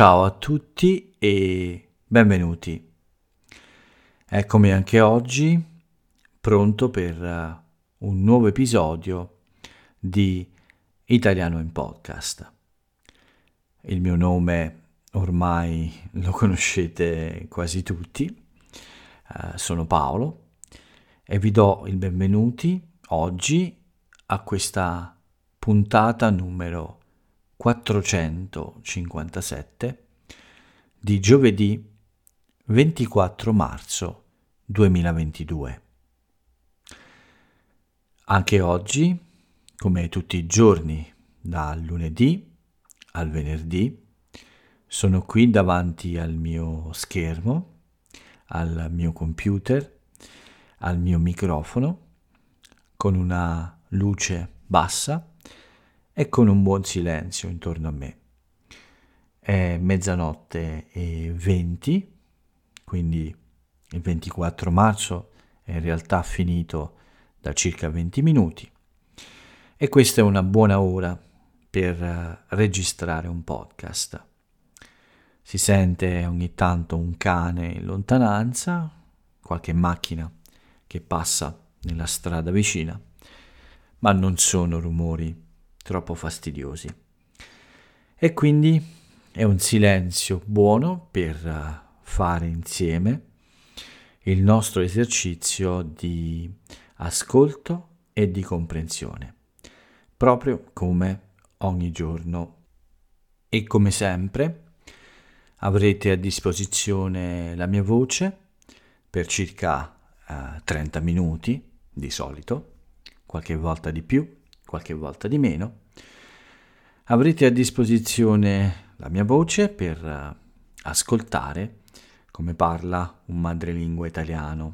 Ciao a tutti e benvenuti. Eccomi anche oggi pronto per un nuovo episodio di Italiano in Podcast. Il mio nome ormai lo conoscete quasi tutti, sono Paolo e vi do il benvenuti oggi a questa puntata numero 457 di giovedì 24 marzo 2022. Anche oggi, come tutti i giorni, dal lunedì al venerdì, sono qui davanti al mio schermo, al mio computer, al mio microfono, con una luce bassa e con un buon silenzio intorno a me. È mezzanotte e 20, quindi il 24 marzo è in realtà finito da circa 20 minuti e questa è una buona ora per registrare un podcast. Si sente ogni tanto un cane in lontananza, qualche macchina che passa nella strada vicina, ma non sono rumori troppo fastidiosi. E quindi è un silenzio buono per fare insieme il nostro esercizio di ascolto e di comprensione, proprio come ogni giorno. E come sempre avrete a disposizione la mia voce per circa 30 minuti di solito, qualche volta di più, qualche volta di meno. Avrete a disposizione la mia voce per ascoltare come parla un madrelingua italiano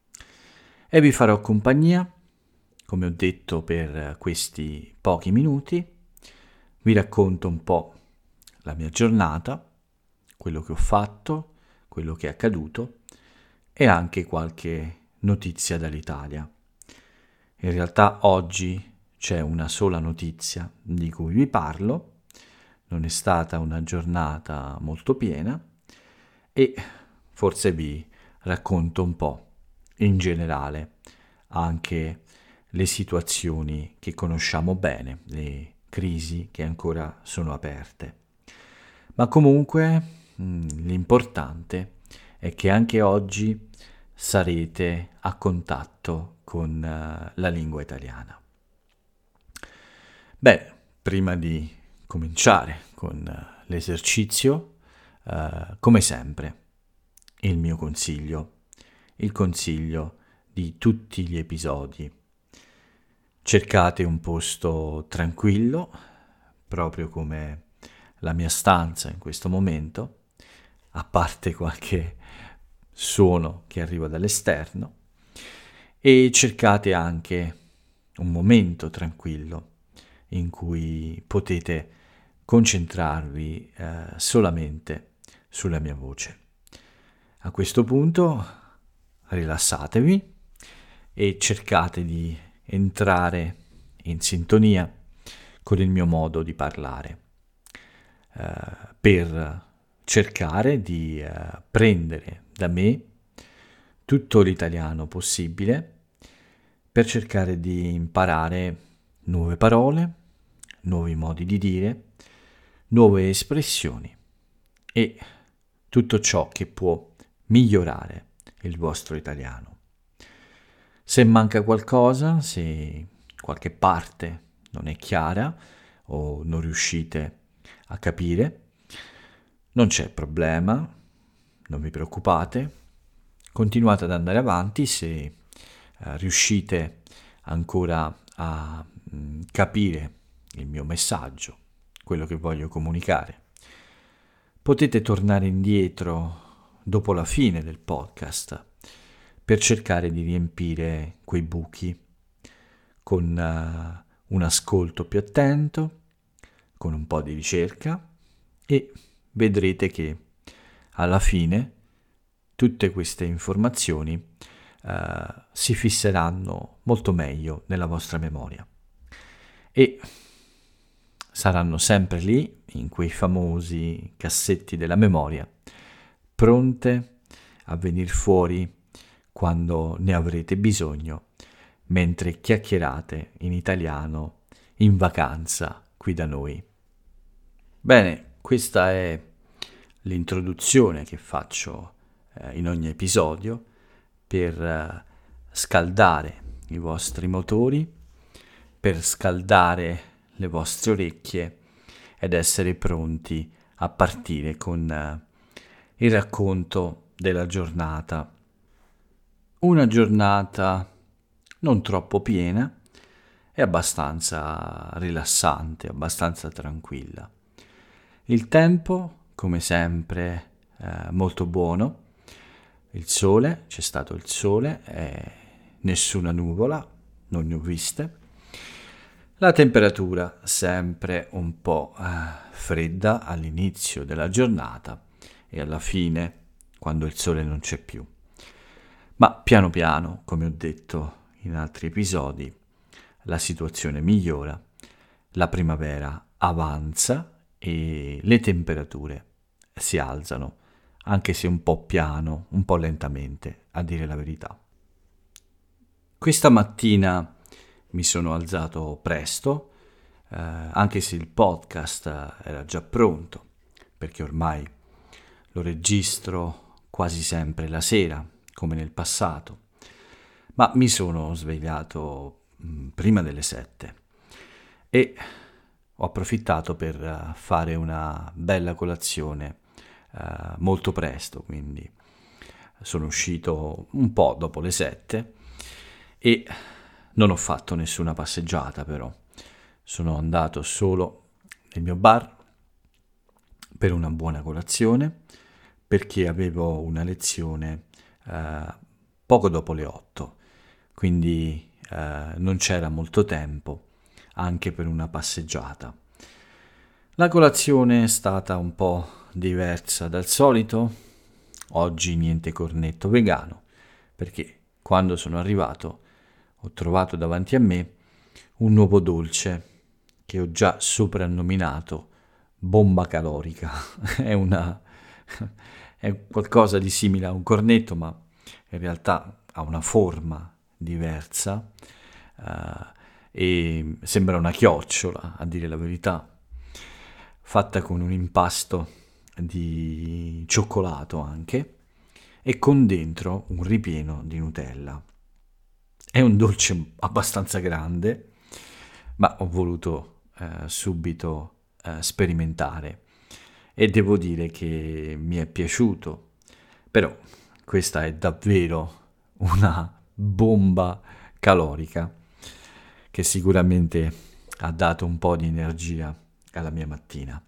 e vi farò compagnia, come ho detto, per questi pochi minuti. Vi racconto un po' la mia giornata, quello che ho fatto, quello che è accaduto e anche qualche notizia dall'Italia. In realtà oggi c'è una sola notizia di cui vi parlo, non è stata una giornata molto piena e forse vi racconto un po' in generale anche le situazioni che conosciamo bene, le crisi che ancora sono aperte. Ma comunque l'importante è che anche oggi sarete a contatto con la lingua italiana. Beh, prima di cominciare con l'esercizio, come sempre, il mio consiglio, il consiglio di tutti gli episodi. Cercate un posto tranquillo, proprio come la mia stanza in questo momento, a parte qualche suono che arriva dall'esterno, e cercate anche un momento tranquillo in cui potete concentrarvi solamente sulla mia voce. A questo punto rilassatevi e cercate di entrare in sintonia con il mio modo di parlare per cercare di prendere da me tutto l'italiano possibile, per cercare di imparare nuove parole, nuovi modi di dire, nuove espressioni e tutto ciò che può migliorare il vostro italiano. Se manca qualcosa, se qualche parte non è chiara o non riuscite a capire, non c'è problema, non vi preoccupate, continuate ad andare avanti se riuscite ancora a capire il mio messaggio, quello che voglio comunicare. Potete tornare indietro dopo la fine del podcast per cercare di riempire quei buchi con un ascolto più attento, con un po' di ricerca e vedrete che alla fine tutte queste informazioni si fisseranno molto meglio nella vostra memoria e saranno sempre lì in quei famosi cassetti della memoria, pronte a venir fuori quando ne avrete bisogno, mentre chiacchierate in italiano in vacanza qui da noi. Bene, questa è l'introduzione che faccio in ogni episodio per scaldare i vostri motori, per scaldare le vostre orecchie ed essere pronti a partire con il racconto della giornata. Una giornata non troppo piena e abbastanza rilassante, abbastanza tranquilla. Il tempo, come sempre, molto buono. Il sole, c'è stato il sole, nessuna nuvola, non ne ho viste. La temperatura sempre un po' fredda all'inizio della giornata e alla fine, quando il sole non c'è più. Ma piano piano, come ho detto in altri episodi, la situazione migliora, la primavera avanza e le temperature si alzano, anche se un po' piano, un po' lentamente, a dire la verità. Questa mattina mi sono alzato presto, anche se il podcast era già pronto, perché ormai lo registro quasi sempre la sera, come nel passato, ma mi sono svegliato prima delle 7 e ho approfittato per fare una bella colazione molto presto, quindi sono uscito un po' dopo le 7 e non ho fatto nessuna passeggiata, però sono andato solo nel mio bar per una buona colazione, perché avevo una lezione poco dopo le 8, quindi non c'era molto tempo anche per una passeggiata. La colazione è stata un po' diversa dal solito. Oggi niente cornetto vegano, perché quando sono arrivato ho trovato davanti a me un nuovo dolce che ho già soprannominato bomba calorica. È qualcosa di simile a un cornetto, ma in realtà ha una forma diversa e sembra una chiocciola, a dire la verità, fatta con un impasto di cioccolato anche e con dentro un ripieno di Nutella. È un dolce abbastanza grande, ma ho voluto subito sperimentare e devo dire che mi è piaciuto. Però questa è davvero una bomba calorica che sicuramente ha dato un po' di energia alla mia mattina.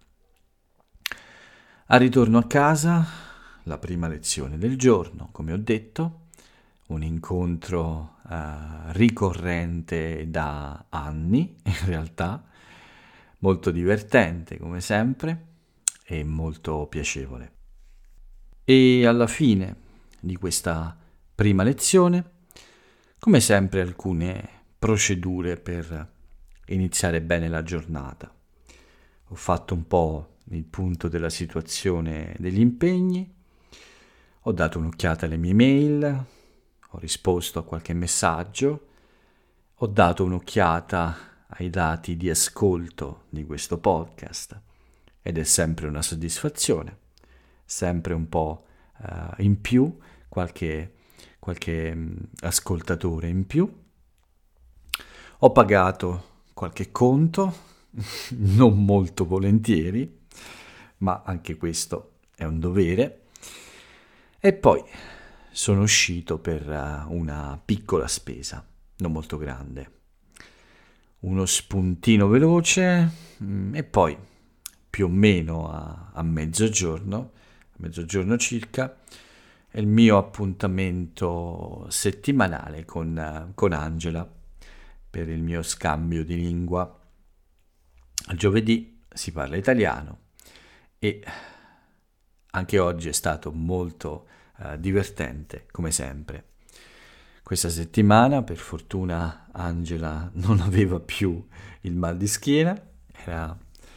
Al ritorno a casa, la prima lezione del giorno, come ho detto, un incontro ricorrente da anni, in realtà, molto divertente come sempre e molto piacevole. E alla fine di questa prima lezione, come sempre, alcune procedure per iniziare bene la giornata. Ho fatto un po' il punto della situazione degli impegni, ho dato un'occhiata alle mie mail, ho risposto a qualche messaggio, ho dato un'occhiata ai dati di ascolto di questo podcast ed è sempre una soddisfazione, sempre un po' in più, qualche ascoltatore in più. Ho pagato qualche conto, non molto volentieri, ma anche questo è un dovere. E poi sono uscito per una piccola spesa, non molto grande. Uno spuntino veloce e poi più o meno a mezzogiorno circa, è il mio appuntamento settimanale con Angela per il mio scambio di lingua. Il giovedì si parla italiano e anche oggi è stato molto divertente, come sempre. Questa settimana, per fortuna, Angela non aveva più il mal di schiena, era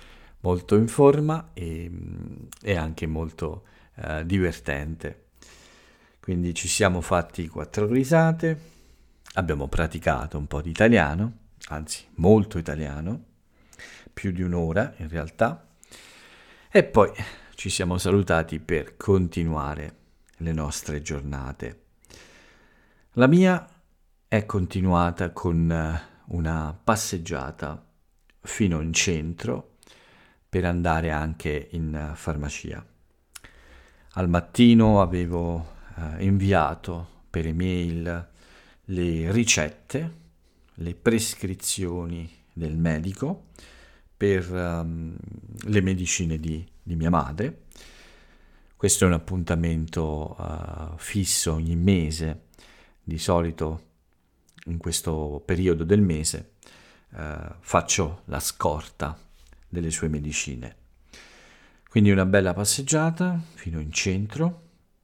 molto in forma e anche molto divertente. Quindi ci siamo fatti 4 risate, abbiamo praticato un po' di italiano, anzi molto italiano, più di un'ora in realtà, e poi ci siamo salutati per continuare le nostre giornate. La mia è continuata con una passeggiata fino in centro per andare anche in farmacia. Al mattino avevo inviato per email le ricette, le prescrizioni del medico per le medicine di mia madre. Questo è un appuntamento fisso ogni mese, di solito in questo periodo del mese faccio la scorta delle sue medicine. Quindi una bella passeggiata fino in centro,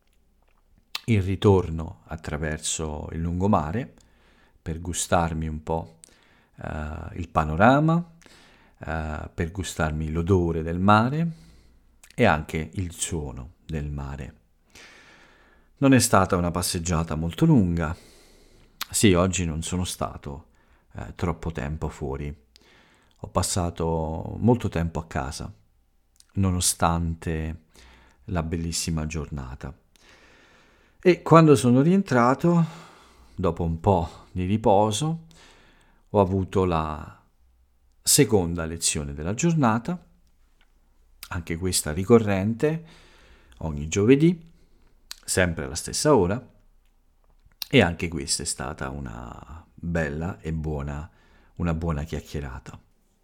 il ritorno attraverso il lungomare per gustarmi un po' il panorama, per gustarmi l'odore del mare e anche il suono del mare. Non è stata una passeggiata molto lunga. Sì, oggi non sono stato troppo tempo fuori. Ho passato molto tempo a casa, nonostante la bellissima giornata. E quando sono rientrato, dopo un po' di riposo, ho avuto la seconda lezione della giornata, anche questa ricorrente, ogni giovedì, sempre alla stessa ora, e anche questa è stata una bella e una buona chiacchierata.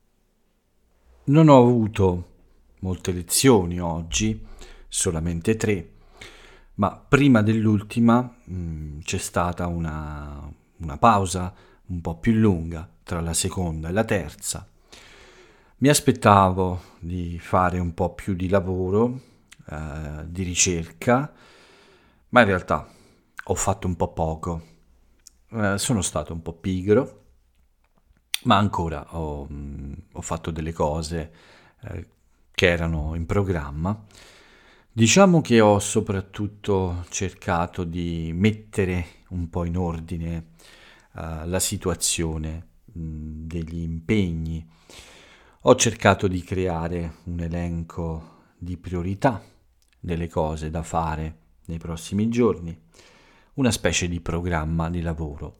Non ho avuto molte lezioni oggi, solamente 3, ma prima dell'ultima c'è stata una pausa un po' più lunga tra la seconda e la terza. Mi aspettavo di fare un po' più di lavoro, di ricerca, ma in realtà ho fatto un po' poco. Sono stato un po' pigro, ma ancora ho fatto delle cose che erano in programma. Diciamo che ho soprattutto cercato di mettere un po' in ordine la situazione degli impegni. Ho cercato di creare un elenco di priorità delle cose da fare nei prossimi giorni, una specie di programma di lavoro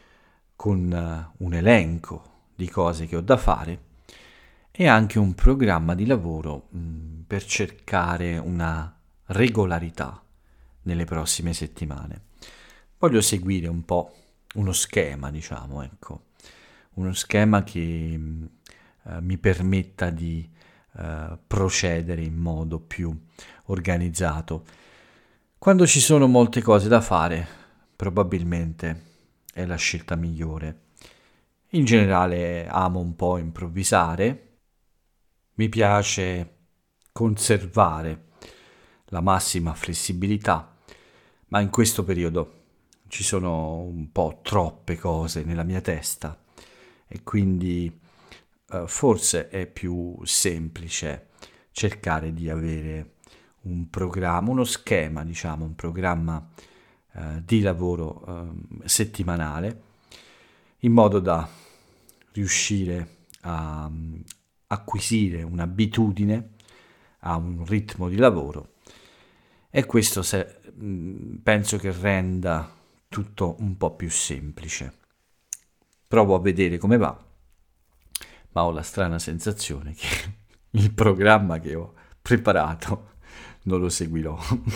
con un elenco di cose che ho da fare e anche un programma di lavoro per cercare una regolarità nelle prossime settimane. Voglio seguire un po' uno schema, diciamo, ecco, uno schema che mi permetta di procedere in modo più organizzato. Quando ci sono molte cose da fare, probabilmente è la scelta migliore. In generale amo un po' improvvisare, mi piace conservare la massima flessibilità, ma in questo periodo ci sono un po' troppe cose nella mia testa e quindi forse è più semplice cercare di avere un programma, uno schema, diciamo, un programma di lavoro settimanale, in modo da riuscire a acquisire un'abitudine a un ritmo di lavoro, e questo penso che renda tutto un po' più semplice. Provo a vedere come va, ma ho la strana sensazione che il programma che ho preparato non lo seguirò.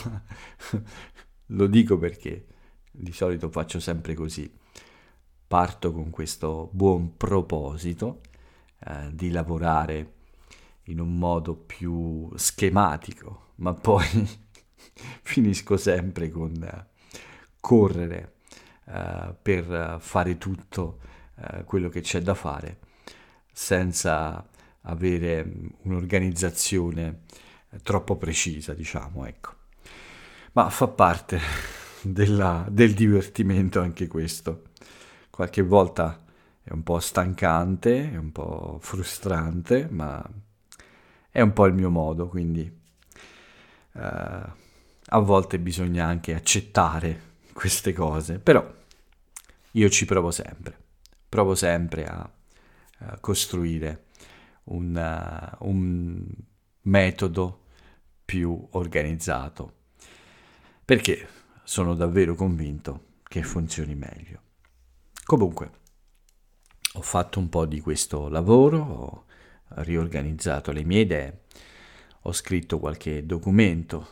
Lo dico perché di solito faccio sempre così. Parto con questo buon proposito di lavorare in un modo più schematico, ma poi finisco sempre con correre per fare tutto quello che c'è da fare, senza avere un'organizzazione troppo precisa, diciamo, ecco. Ma fa parte del divertimento anche questo. Qualche volta è un po' stancante, è un po' frustrante, ma è un po' il mio modo, quindi a volte bisogna anche accettare queste cose, però io ci provo sempre a costruire un metodo più organizzato, perché sono davvero convinto che funzioni meglio. Comunque, ho fatto un po' di questo lavoro, ho riorganizzato le mie idee, ho scritto qualche documento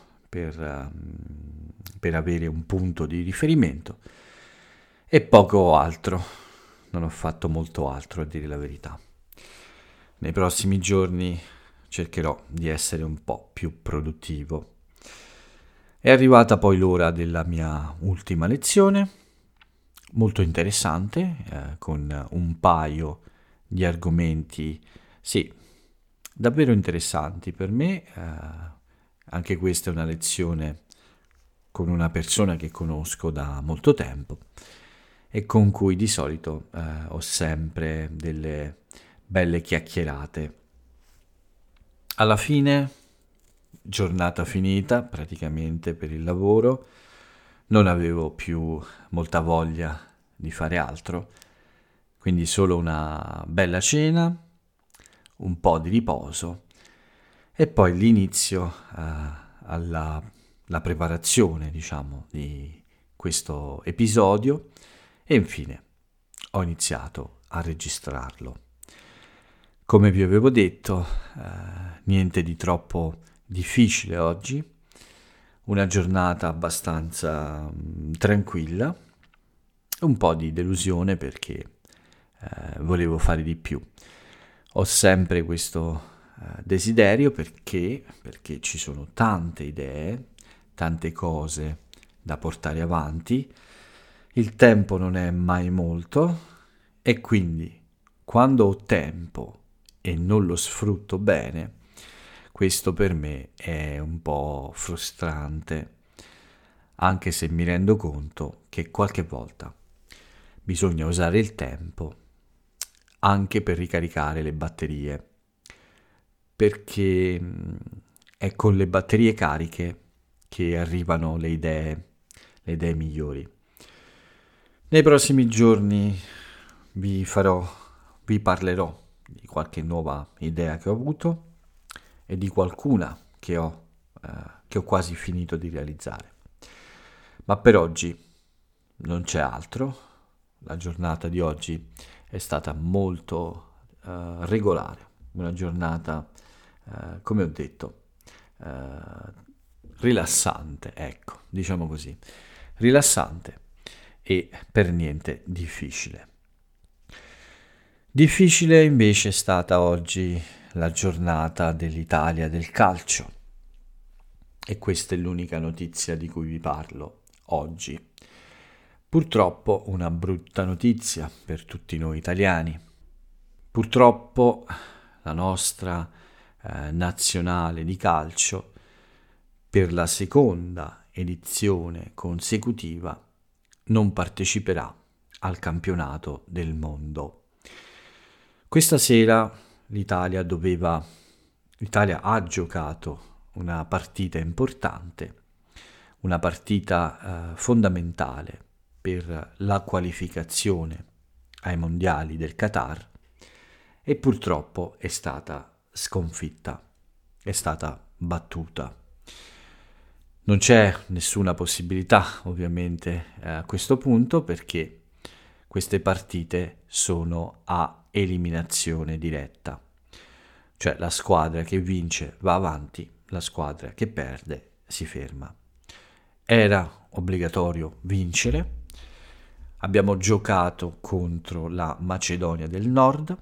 per avere un punto di riferimento e poco altro. Non ho fatto molto altro, a dire la verità. Nei prossimi giorni cercherò di essere un po' più produttivo. È arrivata poi l'ora della mia ultima lezione, molto interessante, con un paio di argomenti, sì, davvero interessanti per me. Anche questa è una lezione con una persona che conosco da molto tempo e con cui di solito ho sempre delle belle chiacchierate. Alla fine, giornata finita praticamente per il lavoro, non avevo più molta voglia di fare altro, quindi solo una bella cena, un po' di riposo e poi l'inizio alla preparazione, diciamo, di questo episodio e infine ho iniziato a registrarlo. Come vi avevo detto, niente di troppo difficile oggi, una giornata abbastanza tranquilla, un po' di delusione perché volevo fare di più. Ho sempre questo desiderio perché ci sono tante idee, tante cose da portare avanti, il tempo non è mai molto e quindi quando ho tempo e non lo sfrutto bene, questo per me è un po' frustrante, anche se mi rendo conto che qualche volta bisogna usare il tempo anche per ricaricare le batterie, perché è con le batterie cariche che arrivano le idee migliori. Nei prossimi giorni vi parlerò di qualche nuova idea che ho avuto e di qualcuna che ho quasi finito di realizzare. Ma per oggi non c'è altro. La giornata di oggi è stata molto regolare, una giornata, come ho detto, rilassante, ecco, diciamo così, rilassante e per niente difficile. Difficile invece è stata oggi la giornata dell'Italia del calcio e questa è l'unica notizia di cui vi parlo oggi. Purtroppo una brutta notizia per tutti noi italiani. Purtroppo la nostra nazionale di calcio per la seconda edizione consecutiva non parteciperà al campionato del mondo. Questa sera l'Italia ha giocato una partita importante, una partita fondamentale per la qualificazione ai mondiali del Qatar e purtroppo è stata sconfitta, è stata battuta. Non c'è nessuna possibilità ovviamente a questo punto perché queste partite sono a eliminazione diretta, cioè la squadra che vince va avanti, la squadra che perde si ferma. Era obbligatorio vincere, abbiamo giocato contro la Macedonia del Nord,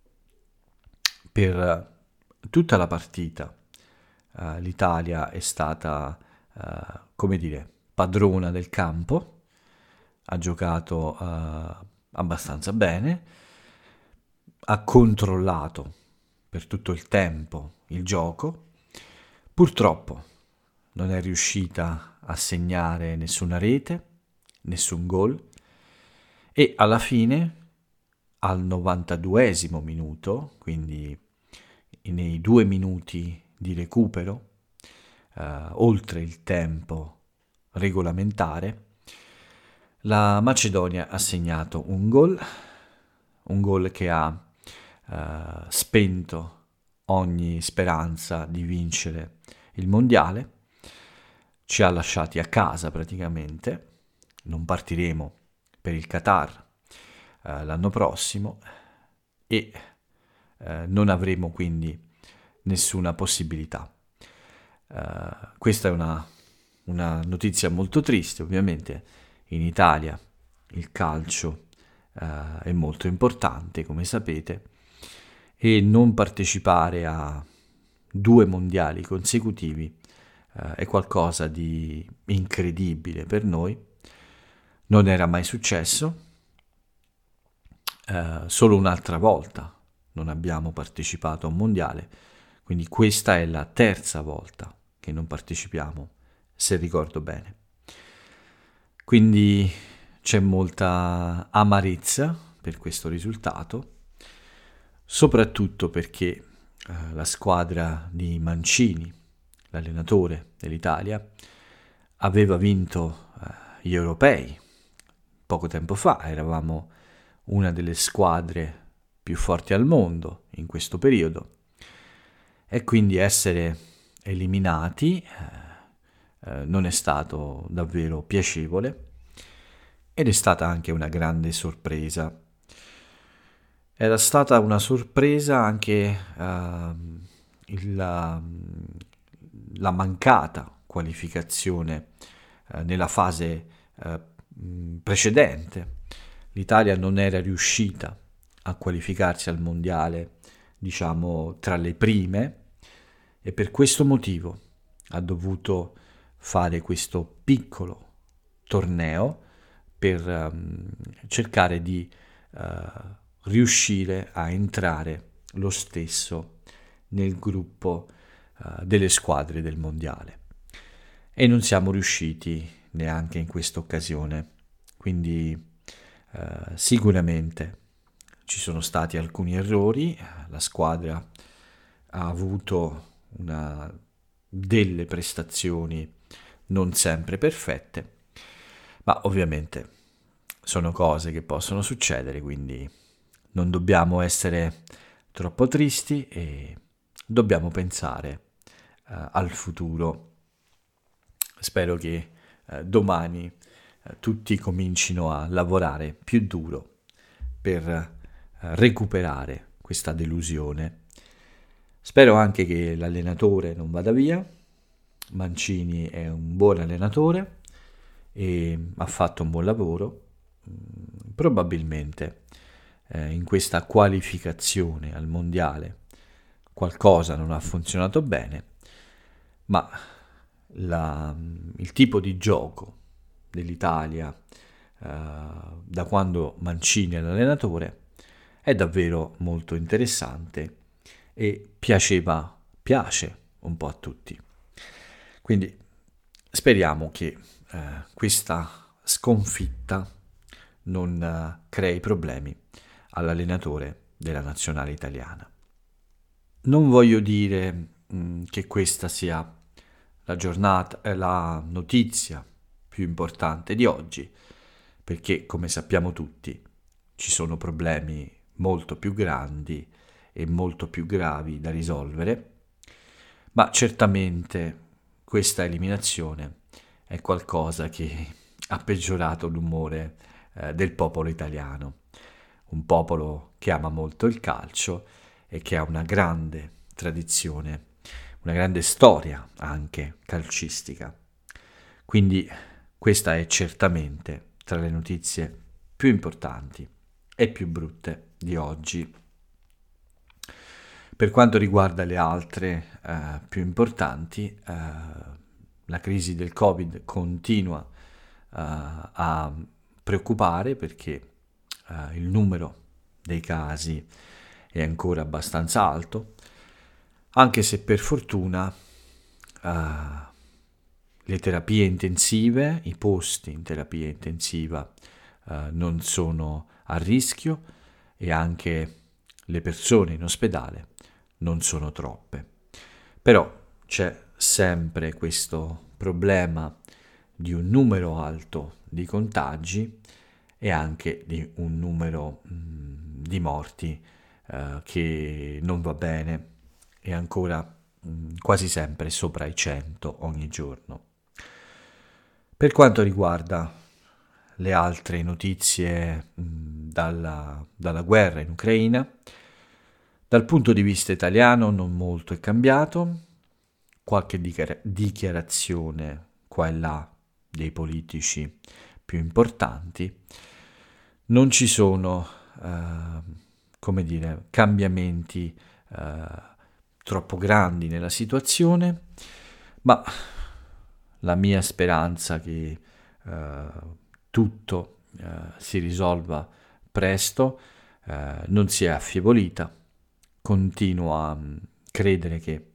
per tutta la partita l'Italia è stata, padrona del campo, ha giocato abbastanza bene, ha controllato per tutto il tempo il gioco, purtroppo non è riuscita a segnare nessuna rete, nessun gol e alla fine, al 92esimo minuto, quindi nei 2 minuti di recupero, oltre il tempo regolamentare, la Macedonia ha segnato un gol che ha spento ogni speranza di vincere il mondiale, ci ha lasciati a casa praticamente, non partiremo per il Qatar l'anno prossimo e non avremo quindi nessuna possibilità. Questa è una notizia molto triste, ovviamente in Italia il calcio è molto importante, come sapete, e non partecipare a 2 mondiali consecutivi è qualcosa di incredibile per noi. Non era mai successo, solo un'altra volta non abbiamo partecipato a un mondiale, quindi questa è la 3ª volta che non partecipiamo, se ricordo bene. Quindi c'è molta amarezza per questo risultato, soprattutto perché la squadra di Mancini, l'allenatore dell'Italia, aveva vinto gli europei poco tempo fa, eravamo una delle squadre più forti al mondo in questo periodo e quindi essere eliminati non è stato davvero piacevole ed è stata anche una grande sorpresa. Era stata una sorpresa anche la mancata qualificazione nella fase precedente. L'Italia non era riuscita a qualificarsi al mondiale, diciamo, tra le prime, e per questo motivo ha dovuto fare questo piccolo torneo per cercare di riuscire a entrare lo stesso nel gruppo delle squadre del mondiale. E non siamo riusciti neanche in questa occasione, quindi sicuramente ci sono stati alcuni errori, la squadra ha avuto delle prestazioni non sempre perfette, ma ovviamente sono cose che possono succedere, quindi non dobbiamo essere troppo tristi e dobbiamo pensare al futuro. Spero che domani tutti comincino a lavorare più duro per recuperare questa delusione. Spero anche che l'allenatore non vada via. Mancini è un buon allenatore e ha fatto un buon lavoro. Probabilmente in questa qualificazione al mondiale qualcosa non ha funzionato bene, ma il tipo di gioco dell'Italia da quando Mancini è l'allenatore è davvero molto interessante e piace un po' a tutti. Quindi speriamo che questa sconfitta non crei problemi all'allenatore della nazionale italiana. Non voglio dire che questa sia la notizia più importante di oggi, perché come sappiamo tutti ci sono problemi molto più grandi e molto più gravi da risolvere, ma certamente questa eliminazione è qualcosa che ha peggiorato l'umore del popolo italiano, un popolo che ama molto il calcio e che ha una grande tradizione, una grande storia anche calcistica. Quindi questa è certamente tra le notizie più importanti e più brutte di oggi. Per quanto riguarda le altre più importanti, la crisi del Covid continua a preoccupare perché il numero dei casi è ancora abbastanza alto, anche se per fortuna le terapie intensive, i posti in terapia intensiva non sono a rischio e anche le persone in ospedale non sono troppe. Però c'è sempre questo problema di un numero alto di contagi e anche di un numero di morti che non va bene e ancora quasi sempre sopra i 100 ogni giorno. Per quanto riguarda le altre notizie dalla guerra in Ucraina, dal punto di vista italiano non molto è cambiato, qualche dichiarazione qua e là dei politici più importanti, non ci sono cambiamenti troppo grandi nella situazione, ma la mia speranza che tutto si risolva presto non si è affievolita. Continuo a credere che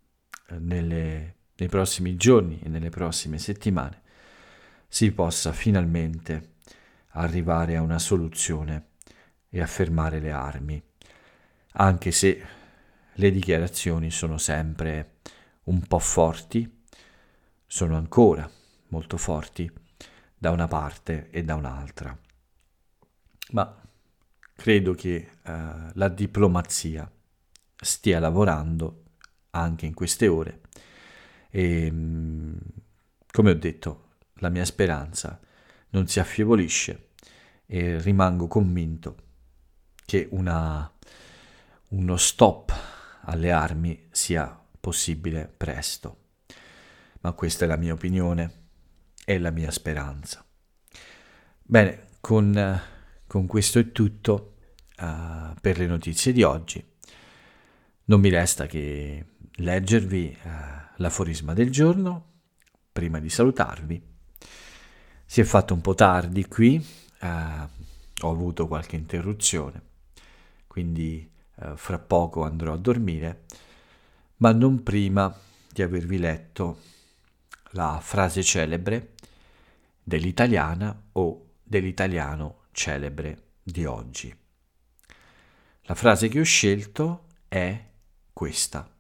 nei prossimi giorni e nelle prossime settimane si possa finalmente arrivare a una soluzione e a fermare le armi, anche se le dichiarazioni sono sempre un po' forti, sono ancora molto forti da una parte e da un'altra. Ma credo che la diplomazia stia lavorando anche in queste ore e, come ho detto, la mia speranza non si affievolisce e rimango convinto che uno stop alle armi sia possibile presto. Ma questa è la mia opinione e la mia speranza. Bene, con questo è tutto per le notizie di oggi. Non mi resta che leggervi l'aforisma del giorno prima di salutarvi. Si è fatto un po' tardi qui, ho avuto qualche interruzione, quindi fra poco andrò a dormire, ma non prima di avervi letto la frase celebre dell'italiana o dell'italiano celebre di oggi. La frase che ho scelto è questa: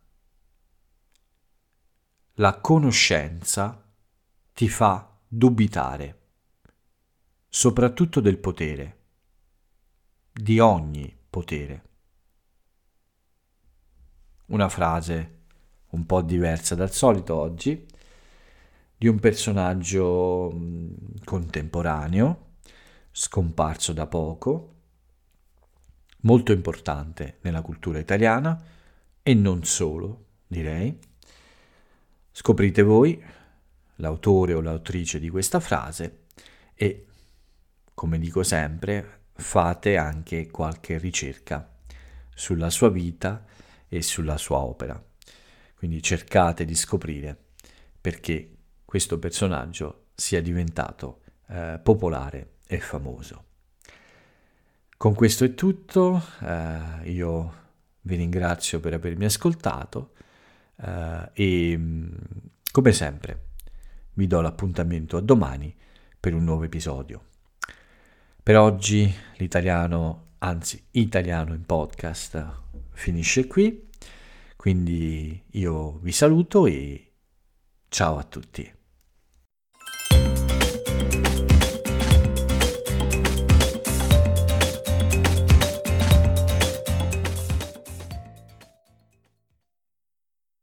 la conoscenza ti fa dubitare, soprattutto del potere, di ogni potere. Una frase un po' diversa dal solito oggi, di un personaggio contemporaneo, scomparso da poco, molto importante nella cultura italiana e non solo, direi. Scoprite voi l'autore o l'autrice di questa frase e, come dico sempre, fate anche qualche ricerca sulla sua vita e sulla sua opera. Quindi cercate di scoprire perché questo personaggio sia diventato popolare e famoso. Con questo è tutto, io vi ringrazio per avermi ascoltato e come sempre vi do l'appuntamento a domani per un nuovo episodio. Per oggi Italiano in podcast finisce qui, quindi io vi saluto e ciao a tutti.